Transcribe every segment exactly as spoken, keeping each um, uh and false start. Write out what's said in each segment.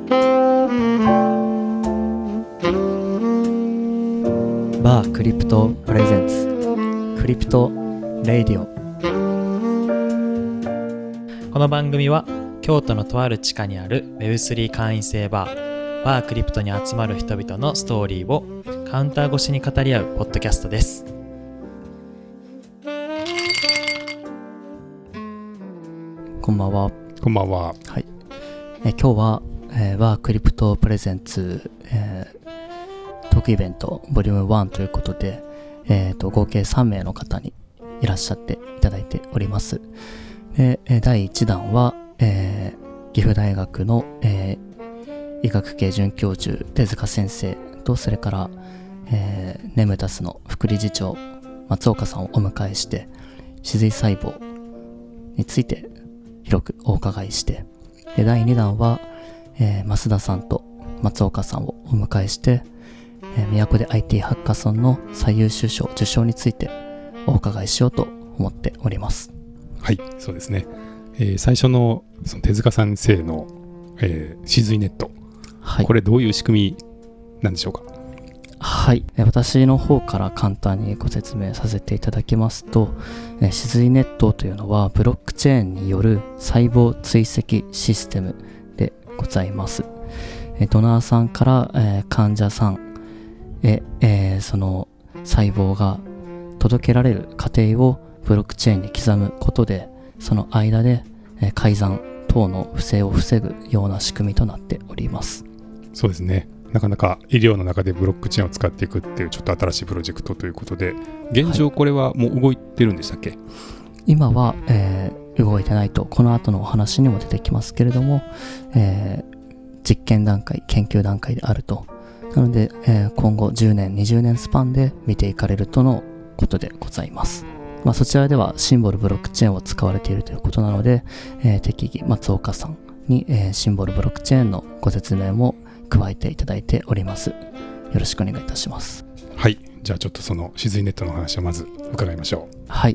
バークリプトプレゼンツクリプトレイディオ。 この番組は京都のとある地下にある ウェブスリー 会員制バーバークリプトに集まる人々のストーリーをカウンター越しに語り合うポッドキャストです。 こんばんは。 こんばんは。 はい、え今日は、えー、バークリプトプレゼンツ、えー、トークイベントボリュームワンということで、えー、と合計さんめいの方にいらっしゃっていただいております。でだいいちだんは、えー、岐阜大学の、えー、医学系准教授手塚先生と、それから、えー、ネムタスの副理事長松岡さんをお迎えして、歯髄細胞について広くお伺いして、でだいにだんは、えー、増田さんと松岡さんをお迎えして、えー、都で アイティー ハッカソンの最優秀賞受賞についてお伺いしようと思っております。 はい、そうですね。えー、最初のその手塚先生の、えー、歯髄ネット、はい、これどういう仕組みなんでしょうか？ はい、私の方から簡単にご説明させていただきますと、歯髄ネットというのはブロックチェーンによる細胞追跡システムでございます。ドナーさんから、えー、患者さんへ、えー、その細胞が届けられる過程をブロックチェーンに刻むことで、その間で、えー、改ざん等の不正を防ぐような仕組みとなっております。 そうですね。なかなか医療の中でブロックチェーンを使っていくっていうちょっと新しいプロジェクトということで、現状これはもう動いてるんでしたっけ？はい、 今は、えー、動いてないと、この後のお話にも出てきますけれども、えー、実験段階、研究段階であると。なので、えー、今後じゅうねん、にじゅうねんスパンで見ていかれるとのことでございます。まあ、そちらではシンボルブロックチェーンを使われているということなので、えー、適宜松岡さんに、えー、シンボルブロックチェーンのご説明も加えていただいております。よろしくお願いいたします。 はい、じゃあちょっとその歯髄ネットの話をまず伺いましょう。 はい。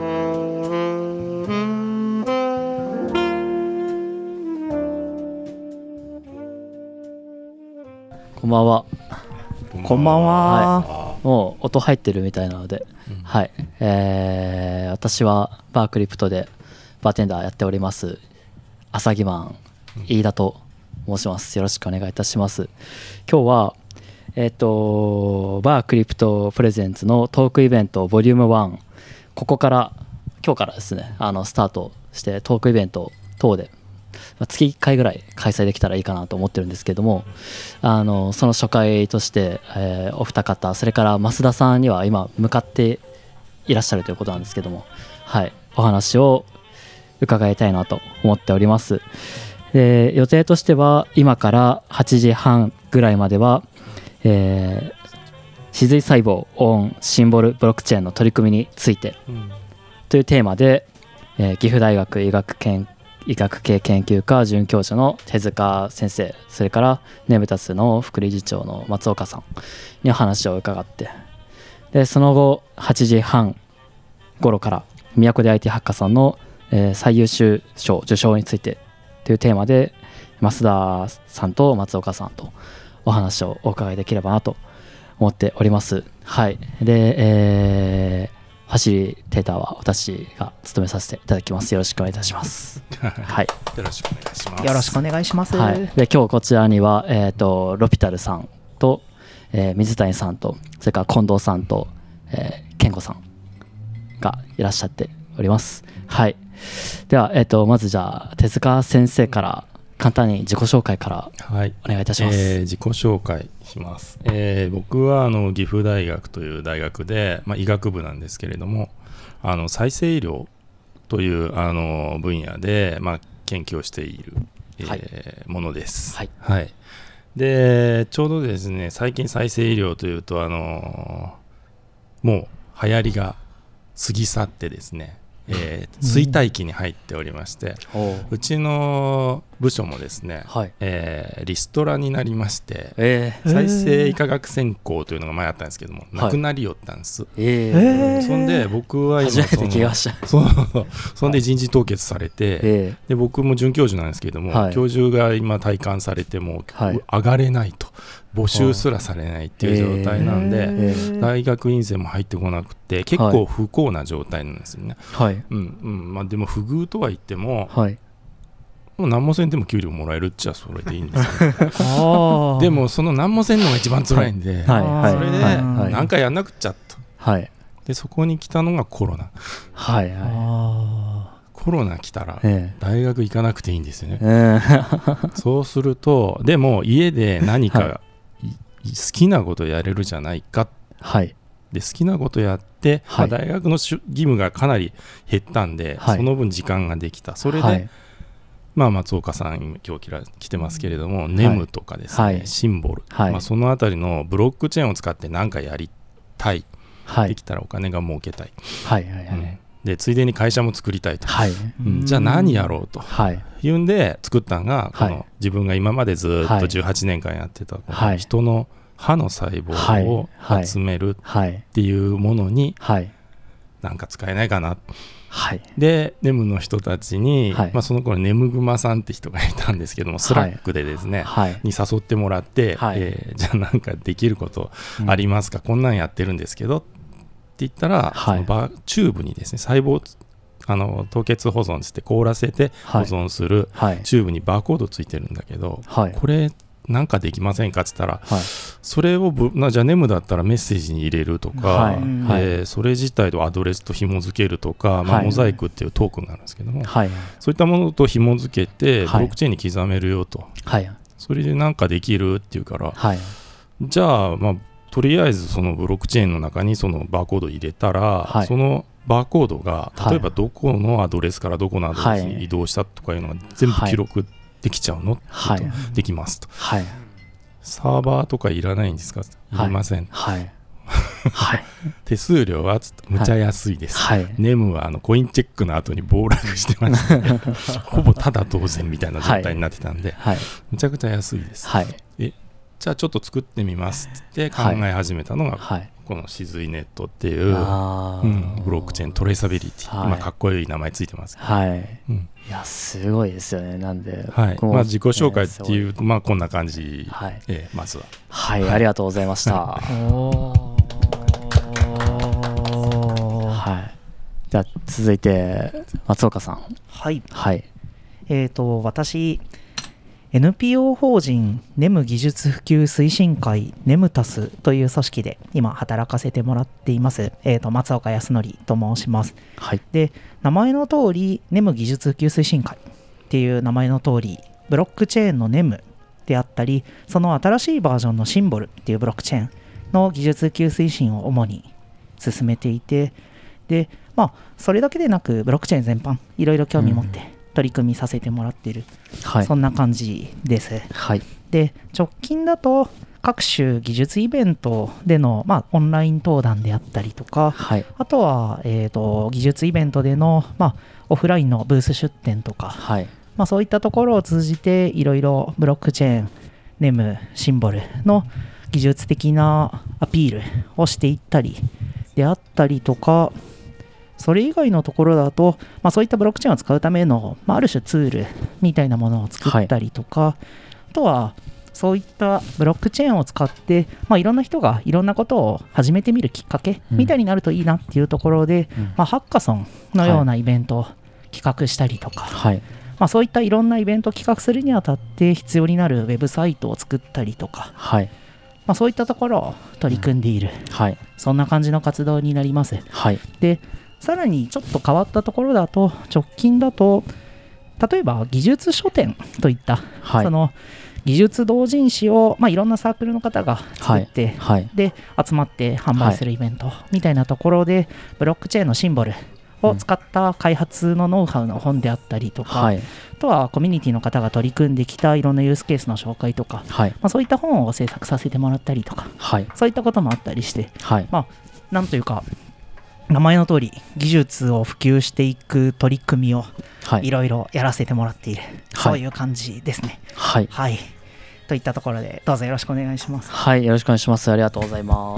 こんばんは。 こんばんは。 はい、もう音入ってるみたいなので、うん、はい、えー、私はバークリプトでバーテンダーやっております朝木マン飯田と申します。よろしくお願いいたします。今日はえっとバークリプトプレゼンツのトークイベントボリュームワン、ここから今日からですね、あのスタートしてトークイベント等で月いっかいぐらい開催できたらいいかなと思ってるんですけども、あのその初回として、えー、お二方、それから増田さんには今向かっていらっしゃるということなんですけども、はい、お話を伺いたいなと思っております。で予定としては今からはちじはんぐらいまでは、えー、歯髄細胞オンシンボルブロックチェーンの取り組みについて、うん、というテーマで、えー、岐阜大学医学研医学系研究科准教授の手塚先生、それからネムタスの副理事長の松岡さんに話を伺って、でその後はちじはん頃から都で アイティー ハッカソンの、えー、最優秀賞受賞についてというテーマで増田さんと松岡さんとお話をお伺いできればなと思っております。はい。で、えーファシリテーターは私が務めさせていただきます。よろしくお願いいたします。はい。 よろしくお願いします。 よろしくお願いします。 はい。で今日こちらにはえっとロピタルさんと、えー、水谷さんと、それから近藤さんと、えー、健吾さんがいらっしゃっております。はい。ではえっとまずじゃあ手塚先生から簡単に自己紹介からお願いいたします。 はい、えー、自己紹介します。えー、僕はあの岐阜大学という大学で、まあ、医学部なんですけれども、あの再生医療というあの分野で、まあ、研究をしている、えーはい、ものです。はいはい、でちょうどですね、最近再生医療というとあのもう流行りが過ぎ去ってですね、 えー、衰退期に入っておりまして、うん、うちの部署もですね、はいえー、リストラになりまして、えー、再生医科学専攻というのが前あったんですけども、はい、なくなりよったんです、えー、そんで僕は今初めて聞きましたそそんで人事凍結されて、はい、で僕も准教授なんですけども、はい、教授が今退官されても、はい、上がれないと募集すらされないっていう状態なんで、えー、大学院生も入ってこなくて結構不幸な状態なんですよね、はいうんうんまあ、でも不遇とは言っても、はいもう何もせんでも給料もらえるっちゃそれでいいんですよ、ね、でもその何もせんのが一番辛いんで、はいはい、それで何かやんなくっちゃと、はい、でそこに来たのがコロナ、はいはい、コロナ来たら大学行かなくていいんですよね、えー、そうするとでも家で何か、はい、好きなことやれるじゃないか、はい、で好きなことやって、はいまあ、大学の義務がかなり減ったんで、はい、その分時間ができたそれで、はいまあ、松岡さん今日来てますけれども、はい、ネムとかですね、はい、シンボル、はいまあ、そのあたりのブロックチェーンを使って何かやりたい、はい、できたらお金が儲けたい、はいはいはいうん、でついでに会社も作りたいと、はいうん、じゃあ何やろうと、はい、いうんで作ったのがこの、はい、自分が今までずっとじゅうはちねんかんやってたこの人の歯の細胞を集めるっていうものに何か使えないかな、はい、でネムの人たちに、はいまあ、その頃ネムグマさんって人がいたんですけどもスラックでですね、はい、に誘ってもらって、はいえー、じゃあなんかできることありますか、うん、こんなんやってるんですけどって言ったら、はい、そのバチューブにですね細胞あの凍結保存つって凍らせて保存するチューブにバーコードついてるんだけど、はい、これなんかできませんかって言ったら、はい、それをぶなじゃあネムだったらメッセージに入れるとか、はいえー、それ自体とアドレスと紐付けるとか、はいまあ、モザイクっていうトークンがあるんですけども、はい、そういったものと紐付けてブロックチェーンに刻めるよと、はい、それでなんかできるっていうから、はい、じゃあ、まあ、とりあえずそのブロックチェーンの中にそのバーコードを入れたら、はい、そのバーコードが例えばどこのアドレスからどこのアドレスに移動したとかいうのが全部記録できちゃうの、はい、できますと、はい、サーバーとかいらないんですか、いりません、はいはい、手数料はつむちゃ安いです、はい、ネムはあのコインチェックの後に暴落してました、ね、ほぼただ同然みたいな状態になってたんで、はい、むちゃくちゃ安いです、はい、えじゃあちょっと作ってみますって考え始めたのが、はい、このシズイネットっていう、うん、ブロックチェーントレーサビリティ、はい、今かっこいい名前ついてますけど、はいうん、 いやすごいですよね。なんで、 はいまあ、自己紹介っていう、まあ、こんな感じ、はいえー、まずははい、はい、ありがとうございましたおはい、じゃあ続いて松岡さん。 はい、はい、えーと私エヌピーオー 法人ネム技術普及推進会ネムタスという組織で今働かせてもらっています、えー、と松岡康則と申します、はい、で名前の通りネム技術普及推進会っていう名前の通りブロックチェーンのネムであったりその新しいバージョンのシンボルっていうブロックチェーンの技術普及推進を主に進めていてでまあそれだけでなくブロックチェーン全般いろいろ興味持って、うん取り組みさせてもらっている、はい、そんな感じです、はい、で直近だと各種技術イベントでの、まあ、オンライン登壇であったりとか、はい、あとは、えーと、技術イベントでの、まあ、オフラインのブース出展とか、はいまあ、そういったところを通じていろいろブロックチェーン、ネム、シンボルの技術的なアピールをしていったりであったりとかそれ以外のところだと、まあ、そういったブロックチェーンを使うための、まあ、ある種ツールみたいなものを作ったりとか、はい、あとはそういったブロックチェーンを使って、まあ、いろんな人がいろんなことを始めてみるきっかけみたいになるといいなっていうところで、うんまあ、ハッカソンのようなイベントを企画したりとか、はいまあ、そういったいろんなイベントを企画するにあたって必要になるウェブサイトを作ったりとか、はいまあ、そういったところを取り組んでいる、うんはい、そんな感じの活動になります、はい、でさらにちょっと変わったところだと直近だと例えば技術書店といった、はい、その技術同人誌を、まあ、いろんなサークルの方が作って、はいはい、で集まって販売するイベントみたいなところで、はい、ブロックチェーンのシンボルを使った開発のノウハウの本であったりとか、はい、あとはコミュニティの方が取り組んできたいろんなユースケースの紹介とか、はいまあ、そういった本を制作させてもらったりとか、はい、そういったこともあったりして、はいまあ、なんというか名前の通り技術を普及していく取り組みをはいいろいろやらせてもらっている、 はいそういう感じですね。 はい、 はい。といったところでどうぞよろしくお願いします。 はい、よろしくお願いします。ありがとうございます。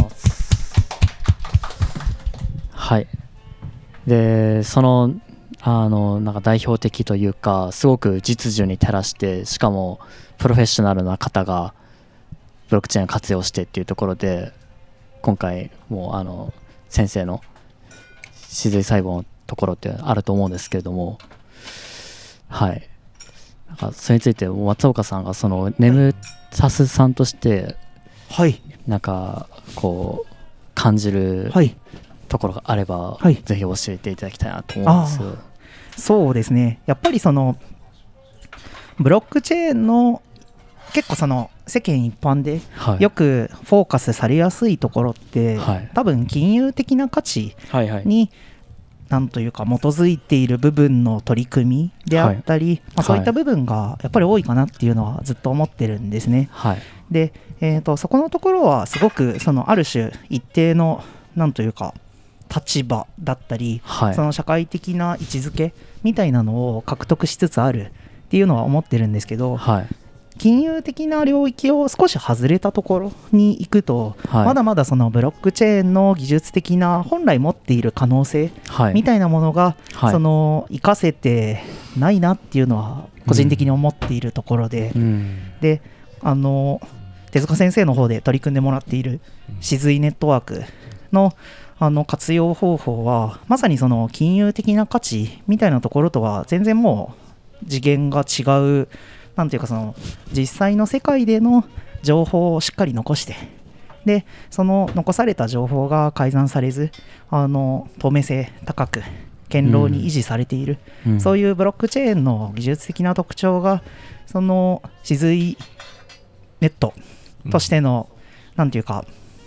はい。で、その、あの、なんか代表的というか、すごく実需に照らして、しかもプロフェッショナルな方がブロックチェーンを活用してっていうところで、今回もうあの先生の歯髄細胞のところってあると思うんですけれども、はい。なんかそれについて松岡さんがそのネムタスさんとしてはいなんかこう感じるはいところがあれば、 はいぜひ教えていただきたいなと思うんです。 そうですね、やっぱりそのブロックチェーンの結構その世間一般でよくフォーカスされやすいところって、はい、多分金融的な価値になんというか基づいている部分の取り組みであったり、はいまあ、そういった部分がやっぱり多いかなっていうのはずっと思ってるんですね。はい、で、えーと、そこのところはすごくそのある種一定のなんというか立場だったり、はい、その社会的な位置づけみたいなのを獲得しつつあるっていうのは思ってるんですけど、はい金融的な領域を少し外れたところに行くと、はい、まだまだそのブロックチェーンの技術的な本来持っている可能性みたいなものが、はい、その活かせてないなっていうのは個人的に思っているところで、うん、であの手塚先生の方で取り組んでもらっている歯髄ネットワークのあの活用方法はまさにその金融的な価値みたいなところとは全然もう次元が違うなんていうかその実際の世界での情報をしっかり残してでその残された情報が改ざんされずあの透明性高く堅牢に維持されている、うん、そういうブロックチェーンの技術的な特徴がその歯髄ネットとしての、うん、なんていうか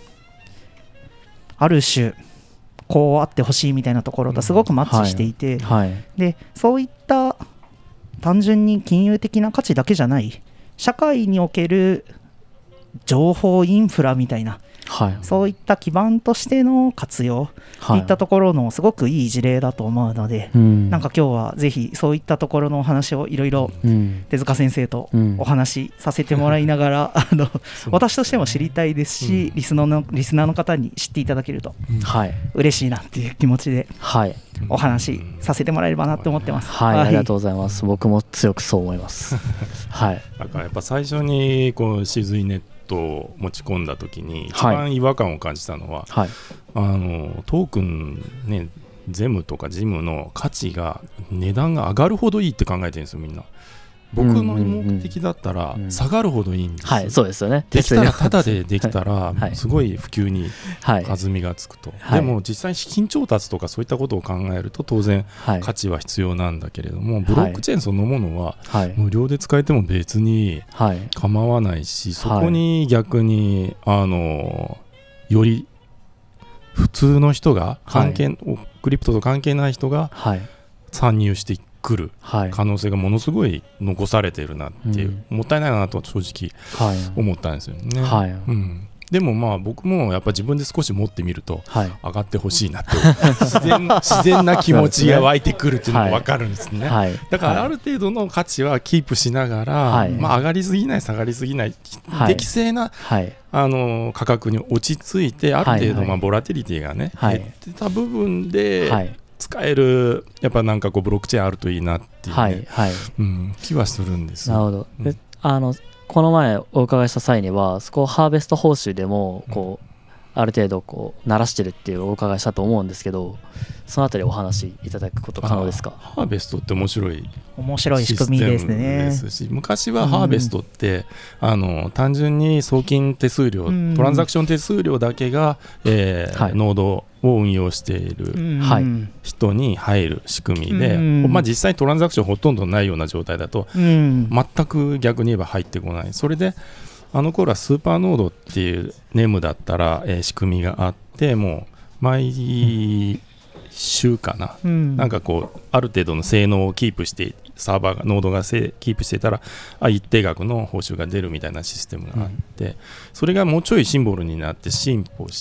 ある種こうあってほしいみたいなところとすごくマッチしていて、うんはいはい、でそういった単純に金融的な価値だけじゃない社会における情報インフラみたいな、はい、そういった基盤としての活用といったところのすごくいい事例だと思うので、はい、なんか今日はぜひそういったところのお話をいろいろ手塚先生とお話しさせてもらいながら、うん、あの私としても知りたいですし、うん、リスナーのリスナーの方に知っていただけると嬉しいなっていう気持ちで、はいお話しさせてもらえればなと思ってます。 はい、はい、ありがとうございます。僕も強くそう思います。はい。 だからやっぱ最初にこう歯髄ネットを持ち込んだ時に一番違和感を感じたのは、はい、あのトークンねゼムとかジムの価値が値段が上がるほどいいって考えてるんですよみんな。僕の目的だったら下がるほどいいんですよ、 うんうんうん、はいそうですよね。 できたらタダでできたらすごい普及に弾みがつくと、はい、でも実際資金調達とかそういったことを考えると当然価値は必要なんだけれども、はい、ブロックチェーンそのものは無料で使えても別に構わないし、そこに逆にあのより普通の人が関係、はい、クリプトと関係ない人が参入していく来る可能性がものすごい残されているなっていう、うん、もったいないなと正直思ったんですよね、はいうん、でもまあ僕もやっぱ自分で少し持ってみると上がってほしいなって自然、自然な気持ちが湧いてくるっていうのも分かるんですね、はい、だからある程度の価値はキープしながら、はいまあ、上がりすぎない下がりすぎない、はい、適正な、はいあの価格に落ち着いてある程度まあボラティリティがね、はい、減ってた部分で、はい使えるやっぱなんかこうブロックチェーンあるといいなっていう、ねはいはいうん、気はするんですよ。 なるほど、うん、であのこの前お伺いした際にはそこハーベスト報酬でもこう、うんある程度こう慣らしてるっていうお伺いしたと思うんですけど、そのあたりお話しいただくこと可能ですか？ ハーベストって面白い面白い仕組みですね。 ですし昔はハーベストって、うん、あの単純に送金手数料、うん、トランザクション手数料だけが、えーはい、ノードを運用している人に入る仕組みで、うんまあ、実際トランザクションほとんどないような状態だと、うん、全く逆に言えば入ってこない。それであの頃はスーパーノードっていうネームだったら、えー、仕組みがあって、もう毎週かな、うん、なんかこうある程度の性能をキープしてサーバーがノードがキープしていたらあ一定額の報酬が出るみたいなシステムがあって、うん、それがもうちょいシンボルになって進歩し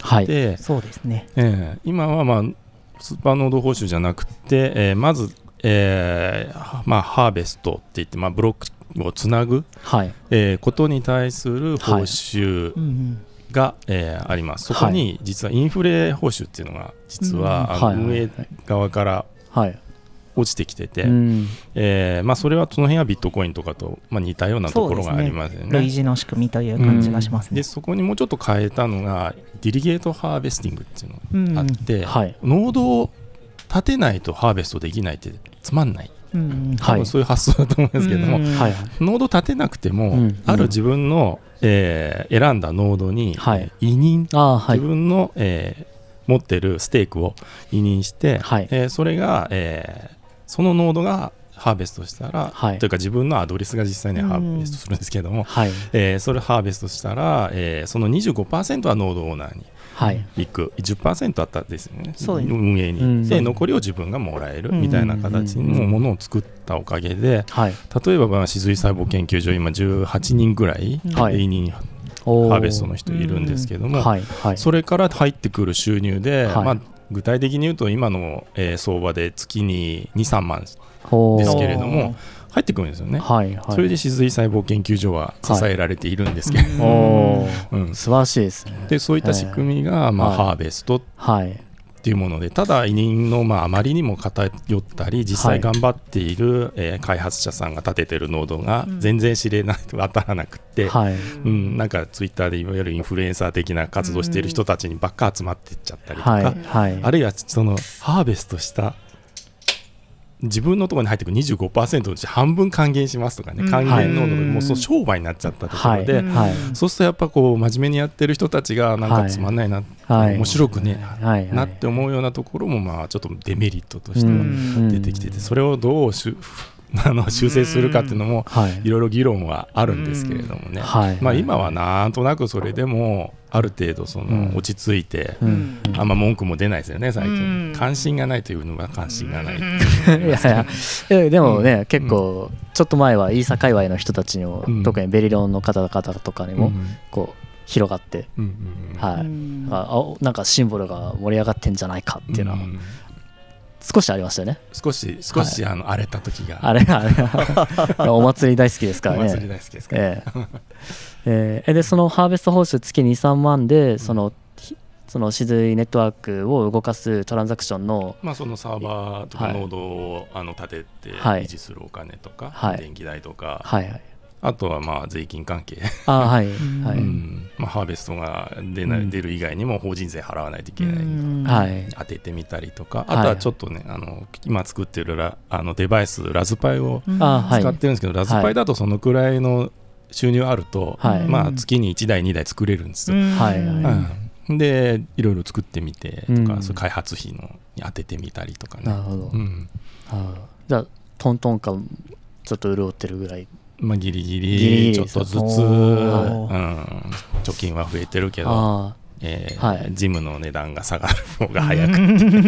はい、 そうですね、 えー、今は、まあ、スーパーノード報酬じゃなくて、えー、まず、えーまあ、ハーベストっていって、まあ、ブロックをつなぐ、はいえー、ことに対する報酬が、はいえー、あります。そこに実はインフレ報酬っていうのが実は、はい、あの運営側から落ちてきてて、はいえーまあ、それはその辺はビットコインとかと、まあ、似たようなところがありますよね。 類似の仕組みという感じがしますね。 うん、でそこにもうちょっと変えたのがディリゲートハーベスティングっていうのがあって、うんはい、ノードを立てないとハーベストできないってつまんない、うん、多分そういう発想だと思うんですけども、うんはい、ノード立てなくても、うん、ある自分の、えー、選んだノードに、はい、委任、はい、自分の、えー、持ってるステークを委任して、はいえー、それが、えーそのノードがハーベストしたら、はい、というか自分のアドレスが実際にハーベストするんですけども、はいえー、それをハーベストしたら、えー、その にじゅうごパーセント はノードオーナーに行く、はい、じゅっパーセント あったんですよね、運営に、うん、で残りを自分がもらえるみたいな形のものを作ったおかげで、はい、例えばまあ雫細胞研究所今じゅうはちにんぐらい委任、はいハーベストの人いるんですけども、はいはい、それから入ってくる収入で、はいまあ、具体的に言うと今の、えー、相場で月に にさんまんですけれども入ってくるんですよね、はいはい、それで雫細胞研究所は支えられているんですけれども、 はいうん、素晴らしいですね。 でそういった仕組みが、まあはい、ハーベストっていうもので、ただ委任の、まあ、あまりにも偏ったり実際頑張っている、はいえー、開発者さんが立ててるノードが全然知れないと当たらなくて、はいうん、なんかツイッターでいわゆるインフルエンサー的な活動している人たちにばっか集まっていっちゃったりとか、はいはい、あるいはそのハーベストした自分のところに入ってくる にじゅうごパーセント のうち半分還元しますとかね、還元ノードでもうその商売になっちゃったところで、はいはい、そうするとやっぱこう真面目にやってる人たちがなんかつまんないな、はい、面白くねえ な,、はい、なって思うようなところもまあちょっとデメリットとしては出てきてて、それをどうしあの修正するかっていうのもいろいろ議論はあるんですけれどもね、はいまあ、今はなんとなくそれでもある程度その落ち着いて、うん、あんま文句も出ないですよね最近、関心がないというのは関心がないいやいやでもね、うん、結構ちょっと前はイーサ界隈の人たちにも、うん、特にベリロンの方々とかにもこう広がって、うんはい、あなんかシンボルが盛り上がってんじゃないかっていうのは、うん少しありましたよね。 少し少し、はい、あの荒れた時があれあれお祭り大好きですからね。 お祭り大好きですから、ねえー、でそのハーベスト報酬月 にさんまんで、うん、そのその雫ネットワークを動かすトランザクションの、 まあ、そのサーバーとかノードを、はい、あの立てて維持するお金とか、はい、電気代とか、はいはいあとはまあ税金関係あ、はいはいうんまあ、ハーベストが出ない、うん、出る以外にも法人税払わないといけないので当ててみたりとか、あとはちょっとね、はい、あの今作ってるラあのデバイスラズパイを使ってるんですけど、ラズパイだとそのくらいの収入あると、はいまあ、月にいちだいにだい作れるんですよ、はいうん、でいろいろ作ってみてとか、うん、そう開発費のに当ててみたりとかね。 なるほど、うん、あじゃあトントンかちょっと潤ってるぐらいまあ、ギリギリちょっとずつ、うん、貯金は増えてるけど、えーはい、ジムの値段が下がる方が早く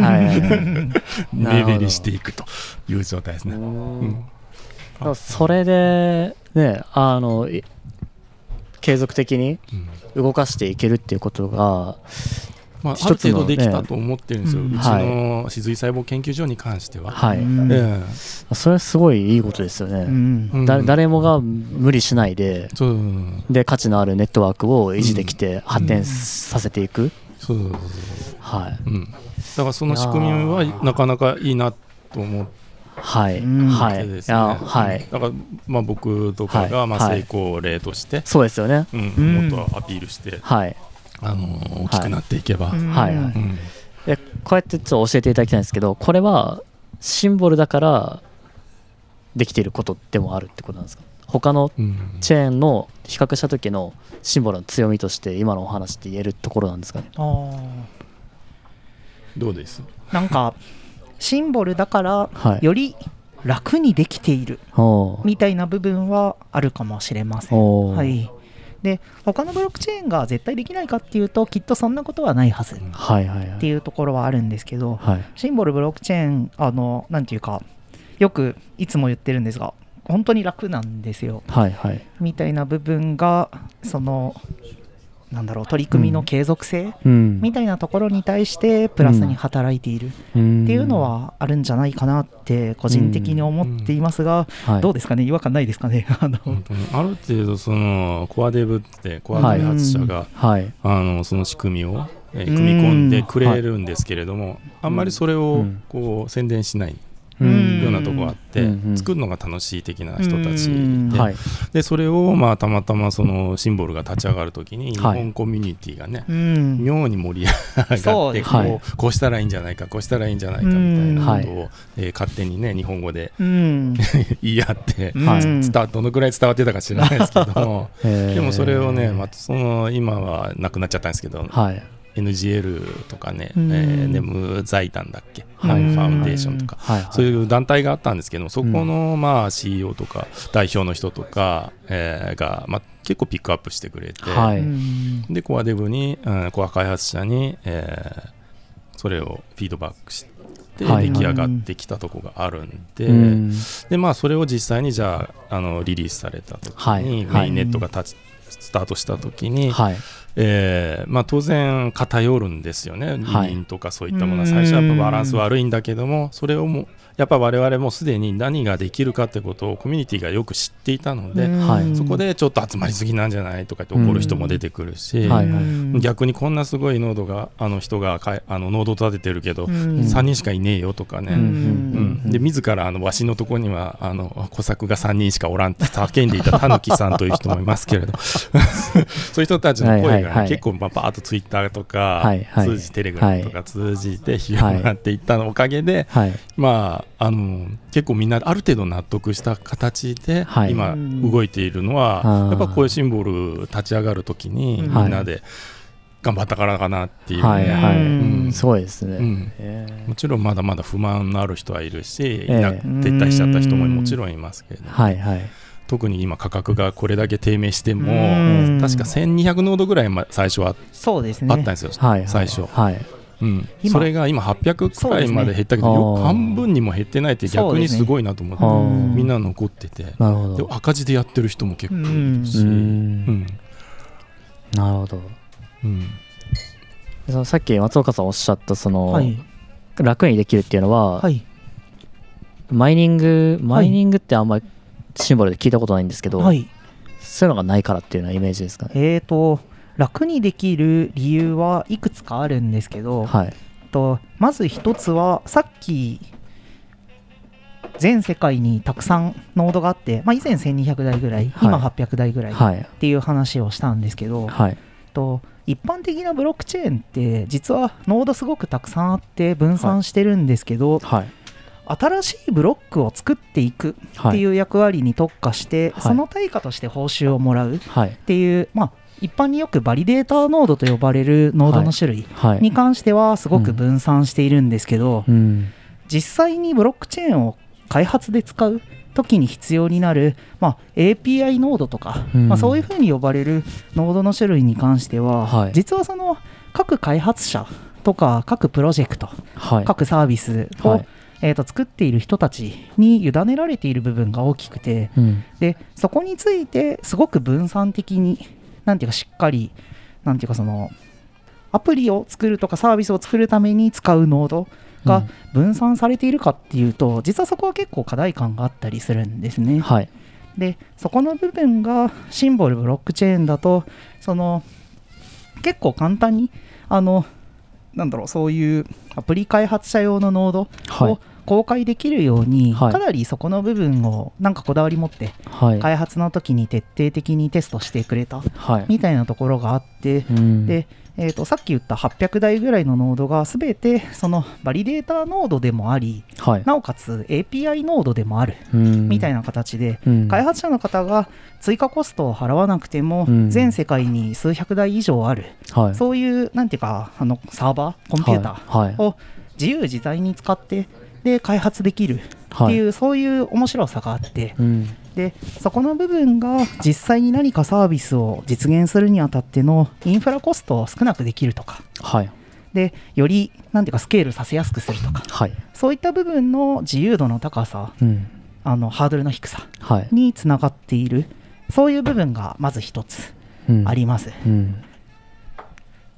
目減りしていくという状態ですね。うんそれで、ね、あの継続的に動かしていけるっていうことが、 まあ、ある程度できたと思ってるんですよ、うん、うちの雫細胞研究所に関しては、はいえー、それはすごいいいことですよね、うん、だ誰もが無理しないで、うん、で価値のあるネットワークを維持できて発展させていく、 そうそうそうはいうん、だからその仕組みはなかなかいいなと思ってはいはいですね、はい、だからまあ僕とかがまあ成功例として、はい、 そうですよね、 うん、もっとアピールして、はいあのー、大きくなっていけば、はいはいはいうん、 でこうやってちょっと教えていただきたいんですけど、これはシンボルだからできていることでもあるってことなんですか？他のチェーンの比較した時のシンボルの強みとして今のお話って言えるところなんですかね？あどうです？ なんかシンボルだからより楽にできているみたいな部分はあるかもしれません。はい、で他のブロックチェーンが絶対できないかっていうときっとそんなことはないはずっていうところはあるんですけど、はい、シンボルブロックチェーンあのなんていうかよくいつも言ってるんですが本当に楽なんですよ、はいはい、みたいな部分がそのなんだろう取り組みの継続性うんみたいなところに対してプラスに働いているっていうのはあるんじゃないかなって個人的に思っていますが、 はいどうですかね、違和感ないですかね。あの本当にある程度そのコアデブってコア開発者が、 はいあのその仕組みを、えー組み込んでくれるんですけれども、あんまりそれをこう宣伝しないうんようなところがあって、 うんうん作るのが楽しい的な人たちうんで、 はいでそれをまあたまたまそのシンボルが立ち上がるときに日はい本コミュニティがね、 うん妙に盛り上がってそうですねこうこうしたらいいんじゃないかこうしたらいいんじゃないかみたいなことを、えー勝手にね日本語でうん言い合って、 はいうん伝わどのくらい伝わってたか知らないですけどもへーでもそれをね、またその今はなくなっちゃったんですけど、 はいエヌジーエル とかね、 うんえーネム財団だっけ、 はいファウンデーションとか、 はいはいそういう団体があったんですけど、そこのまあ シーイーオー とか代表の人とか、えーがまあ結構ピックアップしてくれて、 はいうんでコアデブに、うん、コア開発者に、えーそれをフィードバックしてはい出来上がってきたとこがあるんで、 うんでまあそれを実際にじゃあ、あのリリースされた時に、 はいメインネットが立ちスタートした時に、 はいえーまあ、当然偏るんですよね、 はい移民とかそういったものは最初はやっぱバランス悪いんだけども、それをもうやっぱ我々もすでに何ができるかってことをコミュニティがよく知っていたので、 はいそこでちょっと集まりすぎなんじゃないとかって怒る人も出てくるし、 はいはい逆にこんなすごいノードがあの人がかいあのノード立ててるけど、 うんさんにんしかいねえよとかね、 うんうんで自らあのわしのとこにはあの小作がさんにんしかおらんって叫んでいたたぬきさんという人もいますけれどそういう人たちの声が、ねはいはいはい結構まあバーッとツイッターとか、 はいはい通じテレグラムとか通じて広がっていったのおかげで、 はいまあ、あの結構みんなある程度納得した形で、 はい今動いているのは、 あーやっぱこういうシンボル立ち上がるときにみはいんなで頑張ったからかなっていうね、 はいはいうんすごいですねうんへもちろんまだまだ不満のある人はいるし、 ええいな撤退しちゃった人ももちろんいますけれど、 ーはいはい特に今価格がこれだけ低迷しても、 うん確かせんにひゃくノードぐらいま最初はそうですねあったんですよ、 はいはい最初、 はいうん、 今それが今はっぴゃくくらいまで減ったけど、 そうですねよあー半分にも減ってないって逆にすごいなと思って、 そうですねみんな残ってて、 なるほでど赤字でやってる人も結構いるし、 ううんんなるほどうんそのさっき松岡さんおっしゃったその、 はい楽にできるっていうのは、 はいマイニングマイニングってあんまりシンボルで聞いたことないんですけど、 はいそういうのがないからっていうようなイメージですかね。 えーと楽にできる理由はいくつかあるんですけど、 はいとまず一つはさっき全世界にたくさんノードがあって、まあ、以前せんにひゃくだいぐらい、 はい今はっぴゃくだいぐらいっはいていう話をしたんですけど、 はいと一般的なブロックチェーンって実はノードすごくたくさんあって分散してるんですけど、 はい新しいブロックを作っていくっていう役割に特化して、 はいその対価として報酬をもらうっはいていう、まあ、一般によくバリデーターノードと呼ばれるノードの種類はいに関してはすごく分散しているんですけど、 うん実際にブロックチェーンを開発で使う時に必要になる、まあ、エーピーアイ ノードとか、 うんまあ、そういうふうに呼ばれるノードの種類に関しては、 はい実はその各開発者とか各プロジェクト、 はい各サービスを、 はいえーと作っている人たちに委ねられている部分が大きくて、 うんでそこについてすごく分散的になんていうかしっかりなんていうかそのアプリを作るとかサービスを作るために使うノードが分散されているかっていうと、実はそこは結構課題感があったりするんですね。 はいでそこの部分がシンボルブロックチェーンだとその結構簡単にあのなんだろうそういうアプリ開発者用のノードはいを公開できるように、 はいかなりそこの部分をなんかこだわり持ってはい開発の時に徹底的にテストしてくれたはいみたいなところがあって、 うんで、えーとさっき言ったはっぴゃくだいぐらいのノードが全てそのバリデーターノードでもありはいなおかつ エーピーアイ ノードでもあるうんみたいな形で、 うん開発者の方が追加コストを払わなくても、 うん全世界に数百台以上ある、 はいそういうなんていうかあのサーバーコンピューターはいを自由自在に使ってで開発できるっていう、そういう面白さがあって、 うんでそこの部分が実際に何かサービスを実現するにあたってのインフラコストを少なくできるとかはいでよりなんていうかスケールさせやすくするとかはいそういった部分の自由度の高さうんあのハードルの低さはいにつながっているそういう部分がまず一つうんあります。 うん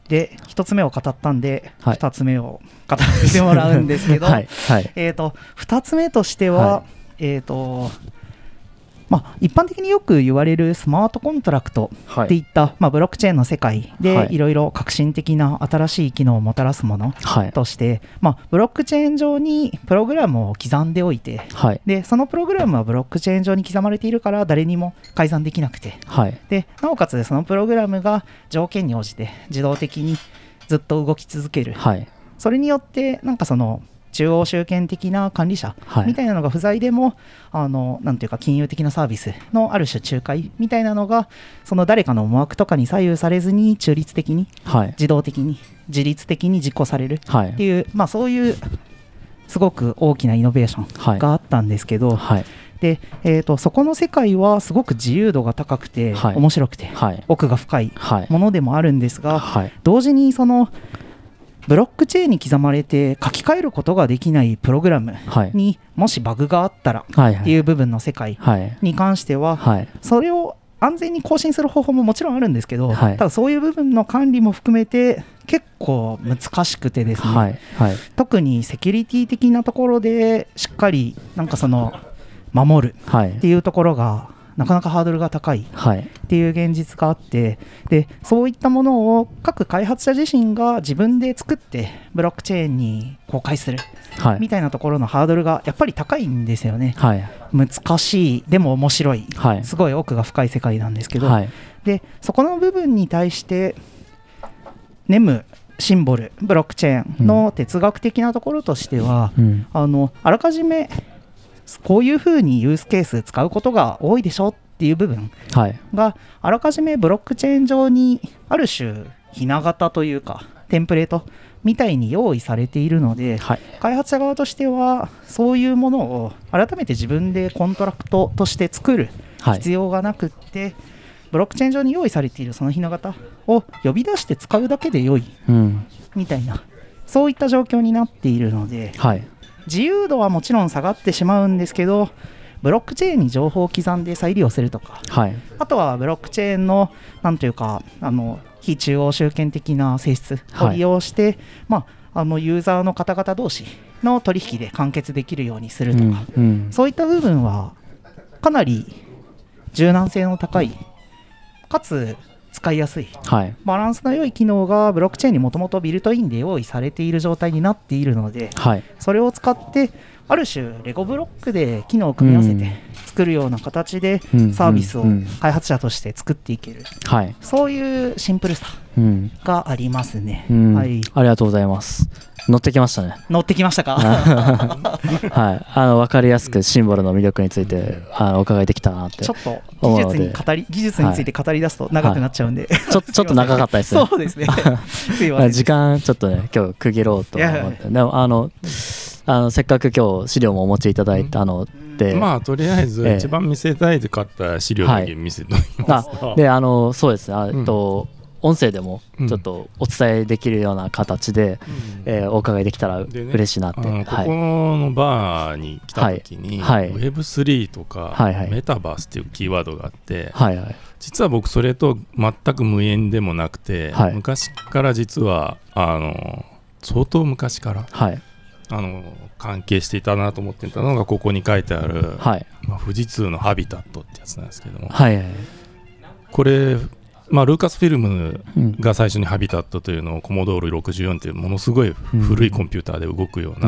でひとつめを語ったんで、 はい、 ふたつめを語ってもらうんですけど、 はいはい、 えーと、ふたつめとしては、はい、えーとまあ、一般的によく言われるスマートコントラクトっていった、はい、まあ、ブロックチェーンの世界でいろいろ革新的な新しい機能をもたらすものとして、はい、まあ、ブロックチェーン上にプログラムを刻んでおいて、はい、でそのプログラムはブロックチェーン上に刻まれているから誰にも改ざんできなくて、はい、でなおかつそのプログラムが条件に応じて自動的にずっと動き続ける、はい、それによってなんかその中央集権的な管理者みたいなのが不在でも、はい、あのなんていうか金融的なサービスのある種仲介みたいなのがその誰かの思惑とかに左右されずに中立的に、はい、自動的に自律的に実行されるっていう、はい、まあ、そういうすごく大きなイノベーションがあったんですけど、はい、でえー、とそこの世界はすごく自由度が高くて、はい、面白くて、はい、奥が深いものでもあるんですが、はい、同時にそのブロックチェーンに刻まれて書き換えることができないプログラムにもしバグがあったらっていう部分の世界に関してはそれを安全に更新する方法ももちろんあるんですけど、ただそういう部分の管理も含めて結構難しくてですね、特にセキュリティ的なところでしっかりなんかその守るっていうところがなかなかハードルが高いっていう現実があって、でそういったものを各開発者自身が自分で作ってブロックチェーンに公開するみたいなところのハードルがやっぱり高いんですよね、はい、難しいでも面白い、はい、すごい奥が深い世界なんですけど、はい、でそこの部分に対してネムシンボルブロックチェーンの哲学的なところとしては、うん、あのあらかじめこういうふうにユースケース使うことが多いでしょっていう部分があらかじめブロックチェーン上にある種ひな形というかテンプレートみたいに用意されているので、はい、開発者側としてはそういうものを改めて自分でコントラクトとして作る必要がなくって、はい、ブロックチェーン上に用意されているそのひな形を呼び出して使うだけで良い、うん、みたいなそういった状況になっているので、はい、自由度はもちろん下がってしまうんですけどブロックチェーンに情報を刻んで再利用するとか、はい、あとはブロックチェーンのなんというかあの非中央集権的な性質を利用して、はい、まあ、あのユーザーの方々同士の取引で完結できるようにするとか、うんうん、そういった部分はかなり柔軟性の高いかつ使いやすい、はい、バランスの良い機能がブロックチェーンにもともとビルトインで用意されている状態になっているので、はい、それを使ってある種レゴブロックで機能を組み合わせて作るような形でサービスを開発者として作っていける、はい、そういうシンプルさがありますね、うんはい、ありがとうございます。乗ってきましたね。 乗ってきましたかはい、あの分かりやすくシンボルの魅力についてあのお伺いできたなってちょっと技術に語り技術について語り出すと長くなっちゃうんで、はいはい、ちょちょっと長かったですね。 そうですねすいません時間ちょっとね今日区切ろうと思って、でもあのあのせっかく今日資料もお持ちいただいたので、 まあとりあえず一番見せたいで買った資料だけ見せておきますと、 はい、あであのそうですねあと、うん音声でもちょっとお伝えできるような形で、うんえー、お伺いできたら嬉しいなって、 ね、ここのバーに来た時に、はい、ウェブスリー とか、はいはい、メタバースっていうキーワードがあって、はいはい、実は僕それと全く無縁でもなくて、はい、昔から実はあの相当昔から、はい、あの関係していたなと思っていたのがここに書いてある、はいまあ、富士通のハビタットってやつなんですけども、はいはい、これまあ、ルーカスフィルムが最初にハビタットというのをコモドールろくじゅうよんというものすごい古いコンピューターで動くような、うん、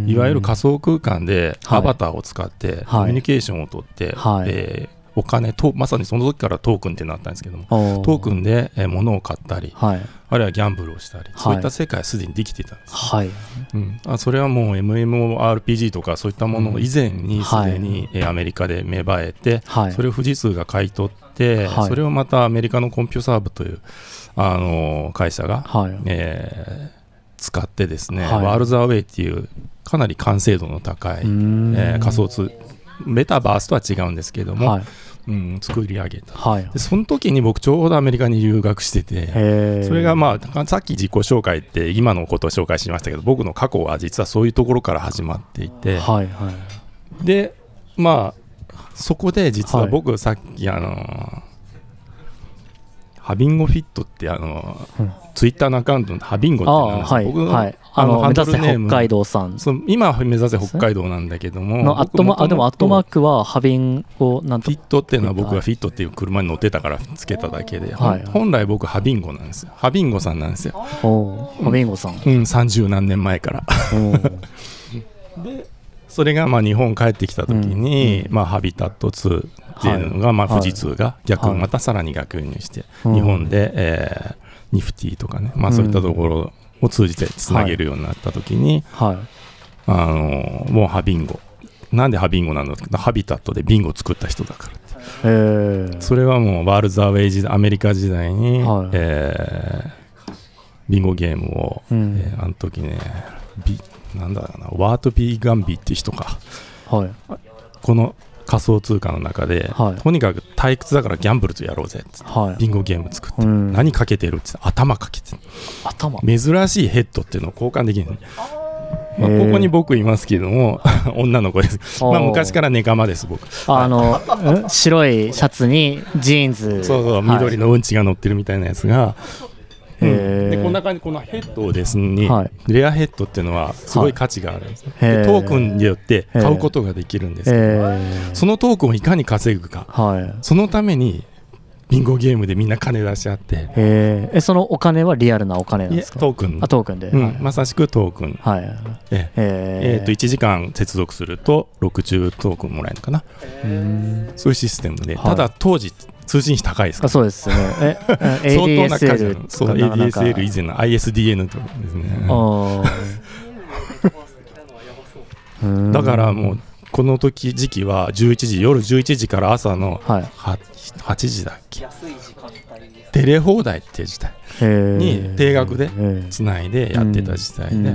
いわゆる仮想空間でアバターを使ってコミュニケーションを取って、はいえー、お金とまさにその時からトークンってなったんですけどもトークンで物を買ったり、はい、あるいはギャンブルをしたり、はい、そういった世界はすでにできていたんです、はいうん、あそれはもう エムエムオーアールピージー とかそういったもの以前にすでに、うんはい、アメリカで芽生えて、はい、それを富士通が買い取ってはい、それをまたアメリカのコンピューサーブという、あのー、会社が、はいえー、使ってですね、はい、ワールザーウェイっていうかなり完成度の高い、えー、仮想通メタバースとは違うんですけども、はいうん、作り上げた、はい、でその時に僕ちょうどアメリカに留学しててそれが、まあ、さっき自己紹介って今のことを紹介しましたけど僕の過去は実はそういうところから始まっていて、はいはい、でまあそこで実は僕さっきあのハビンゴフィットってあの、うん、ツイッターのアカウントのハビンゴってなんです、 はい、 僕の、 はい、あの目指せ北海道さん、 そう今は目指せ北海道なんだけども、 のアットマあでもアットマークはハビンゴなんとフィットっていうのは僕がフィットっていう車に乗ってたからつけただけで、はい、本来僕ハビンゴなんですよ。ハビンゴさんなんですよ。 おハビンゴさん、 うん、さんじゅうなんねんまえからでそれがまあ日本帰ってきた時に、うんまあ、ハビタットツーっていうのが、はいまあ、富士通が逆、はい、またさらに逆輸入して、はい、日本で、えー、ニフティとかね、まあ、そういったところを通じてつなげるようになった時に、はいはい、あのもうハビンゴなんでハビンゴなんだけどハビタットでビンゴ作った人だからへそれはもうワールドアウェイ時代アメリカ時代に、はいえー、ビンゴゲームを、うんえー、あの時ねビなんだろうなワートピーガンビーっていう人か、はい、この仮想通貨の中で、はい、とにかく退屈だからギャンブルとやろうぜって、はい、ビンゴゲーム作って、うん、何かけてるって頭かけて頭珍しいヘッドっていうのを交換できる、ねまあ、ここに僕いますけども女の子です、まあ、昔からネカマです僕あの白いシャツにジーンズそうそう、はい、緑のうんちが乗ってるみたいなやつがうん、でこんな感じこのヘッドをですね、はい、レアヘッドっていうのはすごい価値があるんです、ねはい、でトークンによって買うことができるんですけどそのトークンをいかに稼ぐか、はい、そのためにビンゴゲームでみんな金出し合ってえそのお金はリアルなお金なんですか？ トークンあトークンで、 うんはい、まさしくトークン、はいええー、といちじかん接続するとろくじゅうトークンもらえるのかなそういうシステムで、はい、ただ当時通信費高いですか、ね、 そうですねえエーディーエスエルそう エーディーエスエル 以前の アイエスディーエヌ とかですねだからもうこの時時期はじゅういちじ夜じゅういちじから朝のはちじだっけテレ放題っていう時代に定額でつないでやってた時代で、うんうん、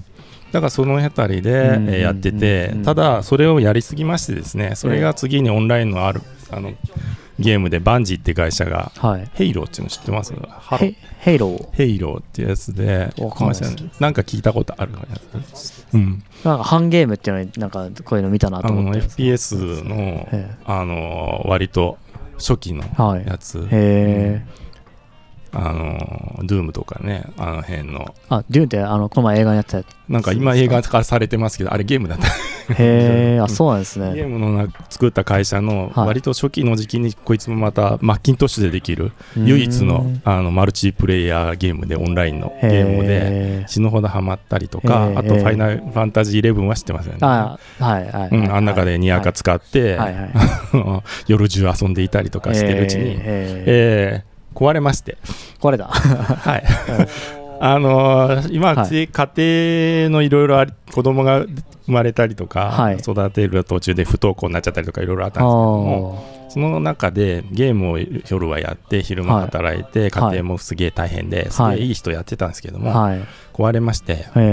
だからそのあたりでやっててただそれをやりすぎましてですねそれが次にオンラインのあるあのゲームでバンジーって会社が、はい、ヘイローっていうの知ってます？ハロヘイローヘイローってやつでなんか聞いたことあるかな、うん、 なんかハンゲームっていうのになんかこういうの見たなと思ってエフピーエス の、あの割と初期のやつ、はい、 へーあのドゥームとかねあの辺のあドゥームってあのこの前映画にやったやつなんか今映画化されてますけどあれゲームだったへえあそうなんですねゲームの作った会社の割と初期の時期にこいつもまたマッキントッシュでできる唯一のあのマルチプレイヤーゲームでオンラインのゲームで死ぬほどハマったりとかあとファイナルファンタジーイレブンは知ってますよねあはいはい、 うん、あん中でニアカ使って、はいはいはい、夜中遊んでいたりとかしてるうちにえー壊れまして壊れたはいあのー、今、はい、家庭のいろいろ子供が生まれたりとか、はい、育てる途中で不登校になっちゃったりとかいろいろあったんですけどもその中でゲームを夜はやって昼間働いて、はい、家庭もすげえ大変で、はい、すげえいい人やってたんですけども、はい、壊れまして、うん、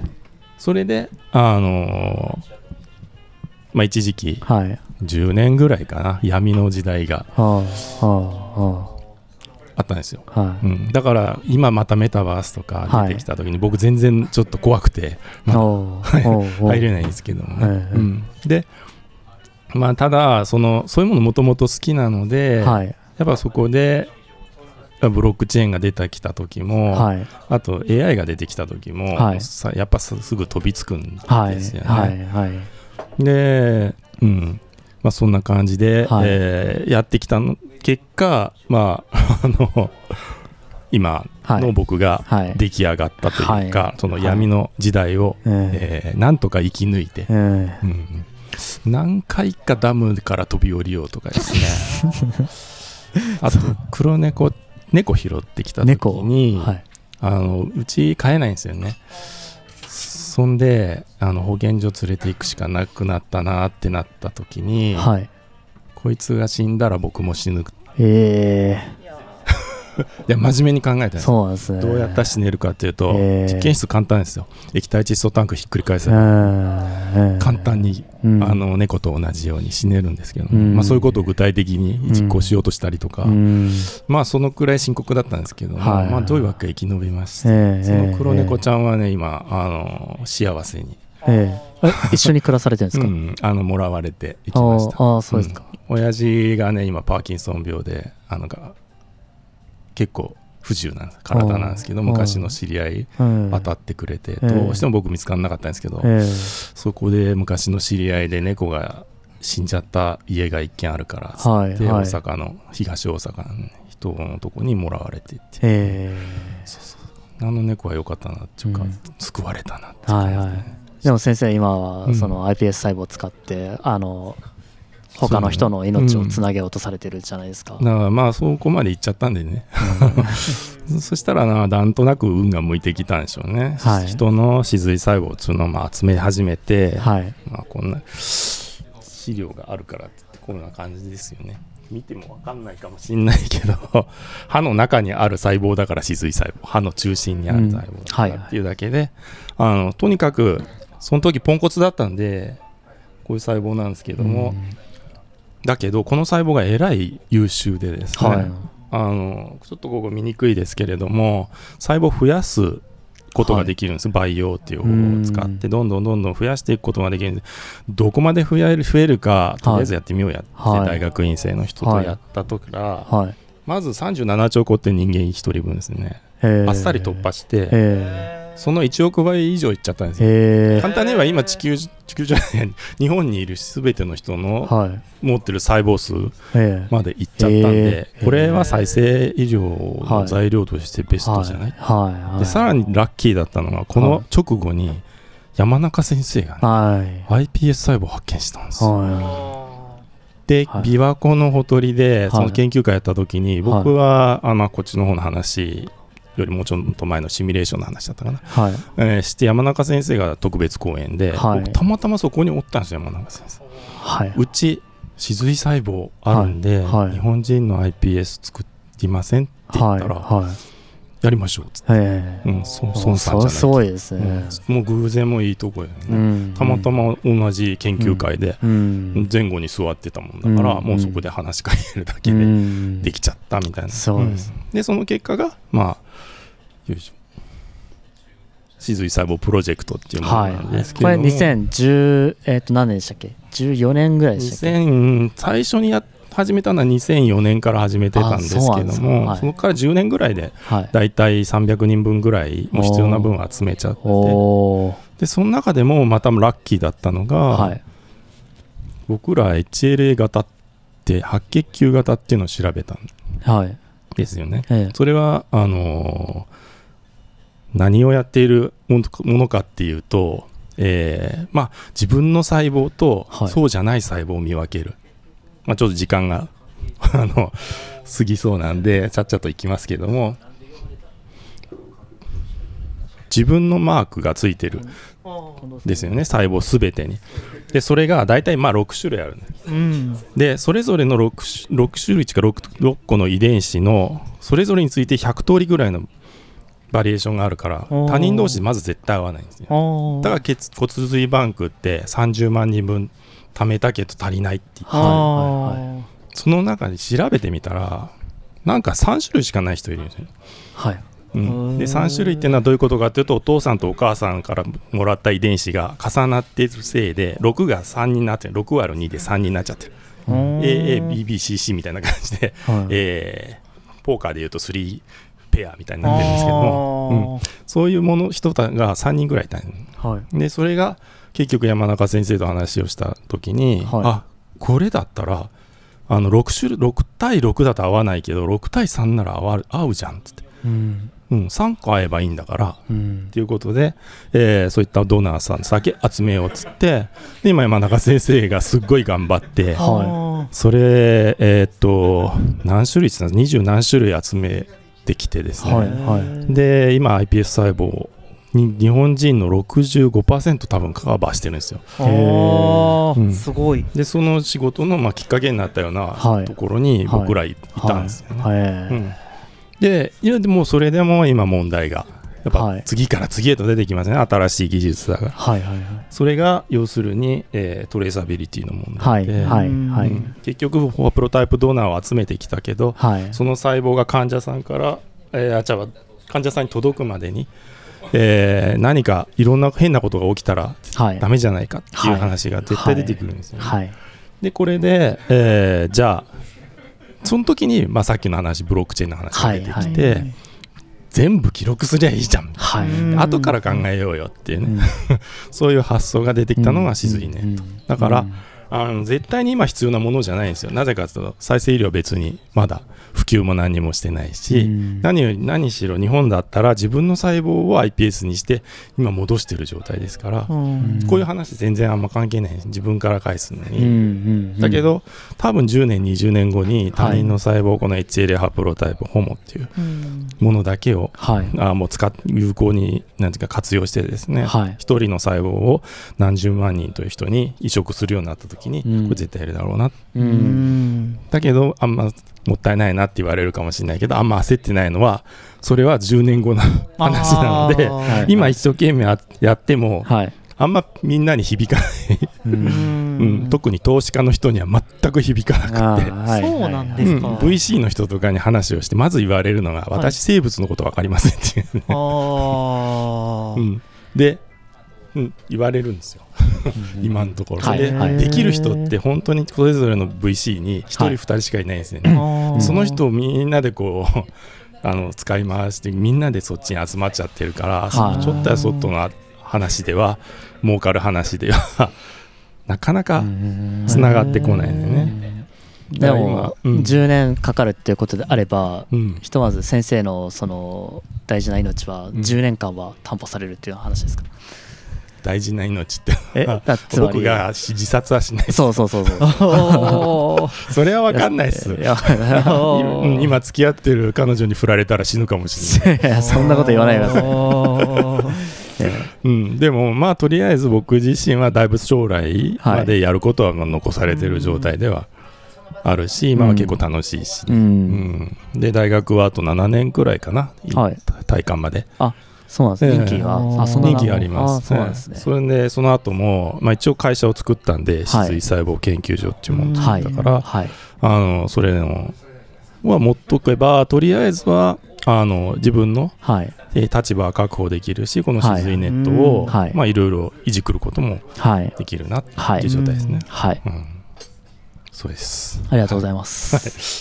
それであのーまあ、一時期、はい、じゅうねんぐらいかな闇の時代が、はあはああったんですよ、はいうん、だから今またメタバースとか出てきた時に僕全然ちょっと怖くて、まあ、入れないんですけども、ねうん、で、まあ、ただそのそういうものもともと好きなので、はい、やっぱそこでブロックチェーンが出てきた時も、はい、あと エーアイ が出てきた時も、はい、さやっぱ す, すぐ飛びつくんですよね、はいはいはい、で、うんまあ、そんな感じで、はいえー、やってきたの結果、まあ、あの今の僕が出来上がったというか、はい、その闇の時代を、はいえー、なんとか生き抜いて、えーうん、何回かダムから飛び降りようとかですねあと黒猫猫拾ってきた時に、はい、あのうち飼えないんですよね。そんであの保健所連れて行くしかなくなったなってなった時に、はい、こいつが死んだら僕も死ぬ。えーいや真面目に考えたんです。そうなんですね。どうやったら死ねるかっていうと、えー、実験室簡単ですよ。液体窒素タンクひっくり返せば、えー、簡単に、うん、あの猫と同じように死ねるんですけど、うんまあ、そういうことを具体的に実行しようとしたりとか、うん、まあそのくらい深刻だったんですけど、はいまあ、どういうわけか生き延びまして、えー、その黒猫ちゃんはね今あの幸せに、 えー、一緒に暮らされてるんですか？うん、 あのもらわれていきました。 ああそうですか、 うん、親父がね今パーキンソン病であのが結構不自由な体なんですけど、昔の知り合い当たってくれて、どうしても僕見つからなかったんですけど、そこで昔の知り合いで猫が死んじゃった家が一軒あるからっつって、 はいはい、 大阪の東大阪の人のとこにもらわれてって、そうそうあの猫は良かったなっていうか、うん、救われたなって感じですね。はいはい、 でも先生今はその アイピーエス 細胞を使って、うん、あの他の人の命をつなげようとされてるじゃないですか。 だからまあそこまで行っちゃったんでね、うん、そしたらななんとなく運が向いてきたんでしょうね、はい、人の歯髄細胞っていうのをまあ集め始めて、はい、まあ、こんな資料があるからってこんな感じですよね。見ても分かんないかもしれないけど歯の中にある細胞だから歯髄細胞、歯の中心にある細胞だからっていうだけで、うん、はいはい、あのとにかくその時ポンコツだったんでこういう細胞なんですけども、うん、だけどこの細胞がえらい優秀でですね、はい、あのちょっとここ見にくいですけれども細胞を増やすことができるんです、はい、培養っていう方法を使ってどんどんどんどん増やしていくことができるんで、どこまで増える、増えるかとりあえずやってみようやって、はい、大学院生の人とやったときから、はい、まずさんじゅうななちょう個って人間ひとりぶんですね、あっさり突破して、そのいちおくばい以上いっちゃったんですよ。簡単に言えば今地球、地球じゃない日本にいる全ての人の持ってる細胞数までいっちゃったんで、これは再生医療の材料としてベストじゃない、はいはいはい、でさらにラッキーだったのがこの直後に山中先生が、ね、はい、アイピーエス 細胞を発見したんですよ、はい、で、はい、琵琶湖のほとりでその研究会やった時に僕は、はい、あまあ、こっちの方の話よりもうちょっと前のシミュレーションの話だったかな、はい、えー、して山中先生が特別講演で、はい、僕たまたまそこにおったんですよ山中先生、はい、うち歯髄細胞あるんで、はいはい、日本人の アイピーエス 作りませんって言ったら、はいはい、やりましょうっつって、うん、そ孫さんじゃないすごいですね、 うん、もう偶然もいいとこやね、うん、たまたま同じ研究会で前後に座ってたもんだから、うん、もうそこで話しかけるだけでできちゃったみたいな、うん、そうです、うん、でその結果がまあよいしょ歯髄細胞プロジェクトっていうものなんですけども、はい、 これにせんじゅう、えー、と何年でしたっけ、じゅうよねんぐらいでしたっけ。 にせん最初にや始めたのはにせんよねんから始めてたんですけども、 そ, はい、そこからじゅうねんぐらいでだいたいさんびゃくにんぶんぐらいも必要な分を集めちゃって、でその中でもまたラッキーだったのが、はい、僕ら エイチエルエー 型って白血球型っていうのを調べたんですよね、はい、それはあのー何をやっているものかっていうと、えーまあ、自分の細胞とそうじゃない細胞を見分ける、はい、まあ、ちょっと時間があの過ぎそうなんでちゃっちゃといきますけども、自分のマークがついてるですよね、細胞すべてに。でそれが大体まあろくしゅるいあるんです、うん、でそれぞれの 6, 6種類か 6, 6個の遺伝子のそれぞれについてひゃくとおりぐらいのバリエーションがあるから他人同士でまず絶対合わないんですよ。だから血骨髄バンクってさんじゅうまんにんぶん貯めたけど足りないって言って、はいはいはい、その中で調べてみたらなんかさんしゅるいしかない人いるんですよ、はい、うん、でさんしゅるいっていうのはどういうことかっていうと、お父さんとお母さんからもらった遺伝子が重なっているせいでろくがさんになってる、ろくわるにでさんになっちゃってる、 エーエービービーシーシー みたいな感じで、はい、えー、ポーカーでいうとスリーペアみたいになってるんですけども、うん、そういうもの人がさんにんぐらいいた、はい、でそれが結局山中先生と話をした時に、はい、あこれだったらあの 6, 種類ろく対ろくだと合わないけどろく対さんなら合う、合うじゃんって、うんうん、さんこ合えばいいんだから、うん、っていうことで、えー、そういったドナーさんだけ集めようっつって、で今山中先生がすっごい頑張って、はい、それえー、っと何種類って言ったんですか、にじゅう何種類集めできてですね、はいはい、で今 アイピーエス 細胞に日本人の ろくじゅうごパーセント 多分カバーしてるんですよ。 へ、うん、すごい。 でその仕事のまあきっかけになったようなところに僕ら い,、はい、いたんですよね、はいはい、うん、でいやでもそれでも今問題がやっぱ次から次へと出てきますね、新しい技術だから、はいはいはい、それが要するに、えー、トレーサビリティの問題で、はいはいはい、うん、結局プロタイプドナーを集めてきたけど、はい、その細胞が患者さんから、えー、あちゃ患者さんに届くまでに、えー、何かいろんな変なことが起きたらダメじゃないかっていう話が絶対出てくるんですよね、はいはいはい、でこれで、えー、じゃあその時に、まあ、さっきの話ブロックチェーンの話が出てきて、 はいはい、 全部記録すりゃいいじゃん、 はい、 後から考えようよっていうね、うん、そういう発想が出てきたのがシズイネット、だから、うん、あの絶対に今必要なものじゃないんですよ。なぜかというと再生医療は別にまだ普及も何もしてないし、うん、何より何しろ日本だったら自分の細胞を アイピーエス にして今戻してる状態ですから、うん、こういう話全然あんま関係ないです。自分から返すのに、うん、だけど多分じゅうねんにじゅうねんごに他人の細胞、はい、この エイチエルエー ハプロタイプホモっていうものだけを、はい、あもう使っ有効になんていうか活用してですね、はい、一人の細胞を何十万人という人に移植するようになった時に、うん、これ絶対やるだろうな、うん、だけどあんまもったいないなって言われるかもしれないけど、あんま焦ってないのはそれはじゅうねんごの話なので、今一生懸命やっても、はい、あんまみんなに響かないうん、うん、特に投資家の人には全く響かなくて、 はい、そうなんですか、 うん、ブイシー の人とかに話をしてまず言われるのが、はい、私生物のこと分かりませんっていう、ねあ、うん、で、うん、言われるんですよ今のところ、はい、で、はい、できる人って本当にそれぞれの ブイシー にひとりふたりしかいないんですよね、はい、その人をみんなでこうあの使い回してみんなでそっちに集まっちゃってるから、はい、ちょっとやそっとの話では儲かる話ではなかなかつながってこないんでね。 でも、うん、じゅうねんかかるっていうことであれば、うん、ひとまず先生のその大事な命はじゅうねんかんは担保されるっていう話ですか。 大事な命って僕が自殺はしない。 そうそうそうそうそれは分かんないっす今付き合ってる彼女に振られたら死ぬかもしれないいやそんなこと言わないでくださいうん、でもまあとりあえず僕自身はだいぶ将来までやることは残されてる状態ではあるし、今は結構楽しいし、うんうん、で大学はあとななねんくらいかな、はい、体感まで。 あそうなんですね、任期は。 あ、そんな任期あります。そうなんですね。それでその後も、まあ、一応会社を作ったんで、歯髄細胞研究所っていうものを作ったから、はい、あのそれのは持っとけばとりあえずはあの自分の、はいえー、立場は確保できるし、この歯髄ネットを、はいまあ、いろいろいじくることもできるなっていう状態ですね。はい、うん、そうです。 ありがとうございます。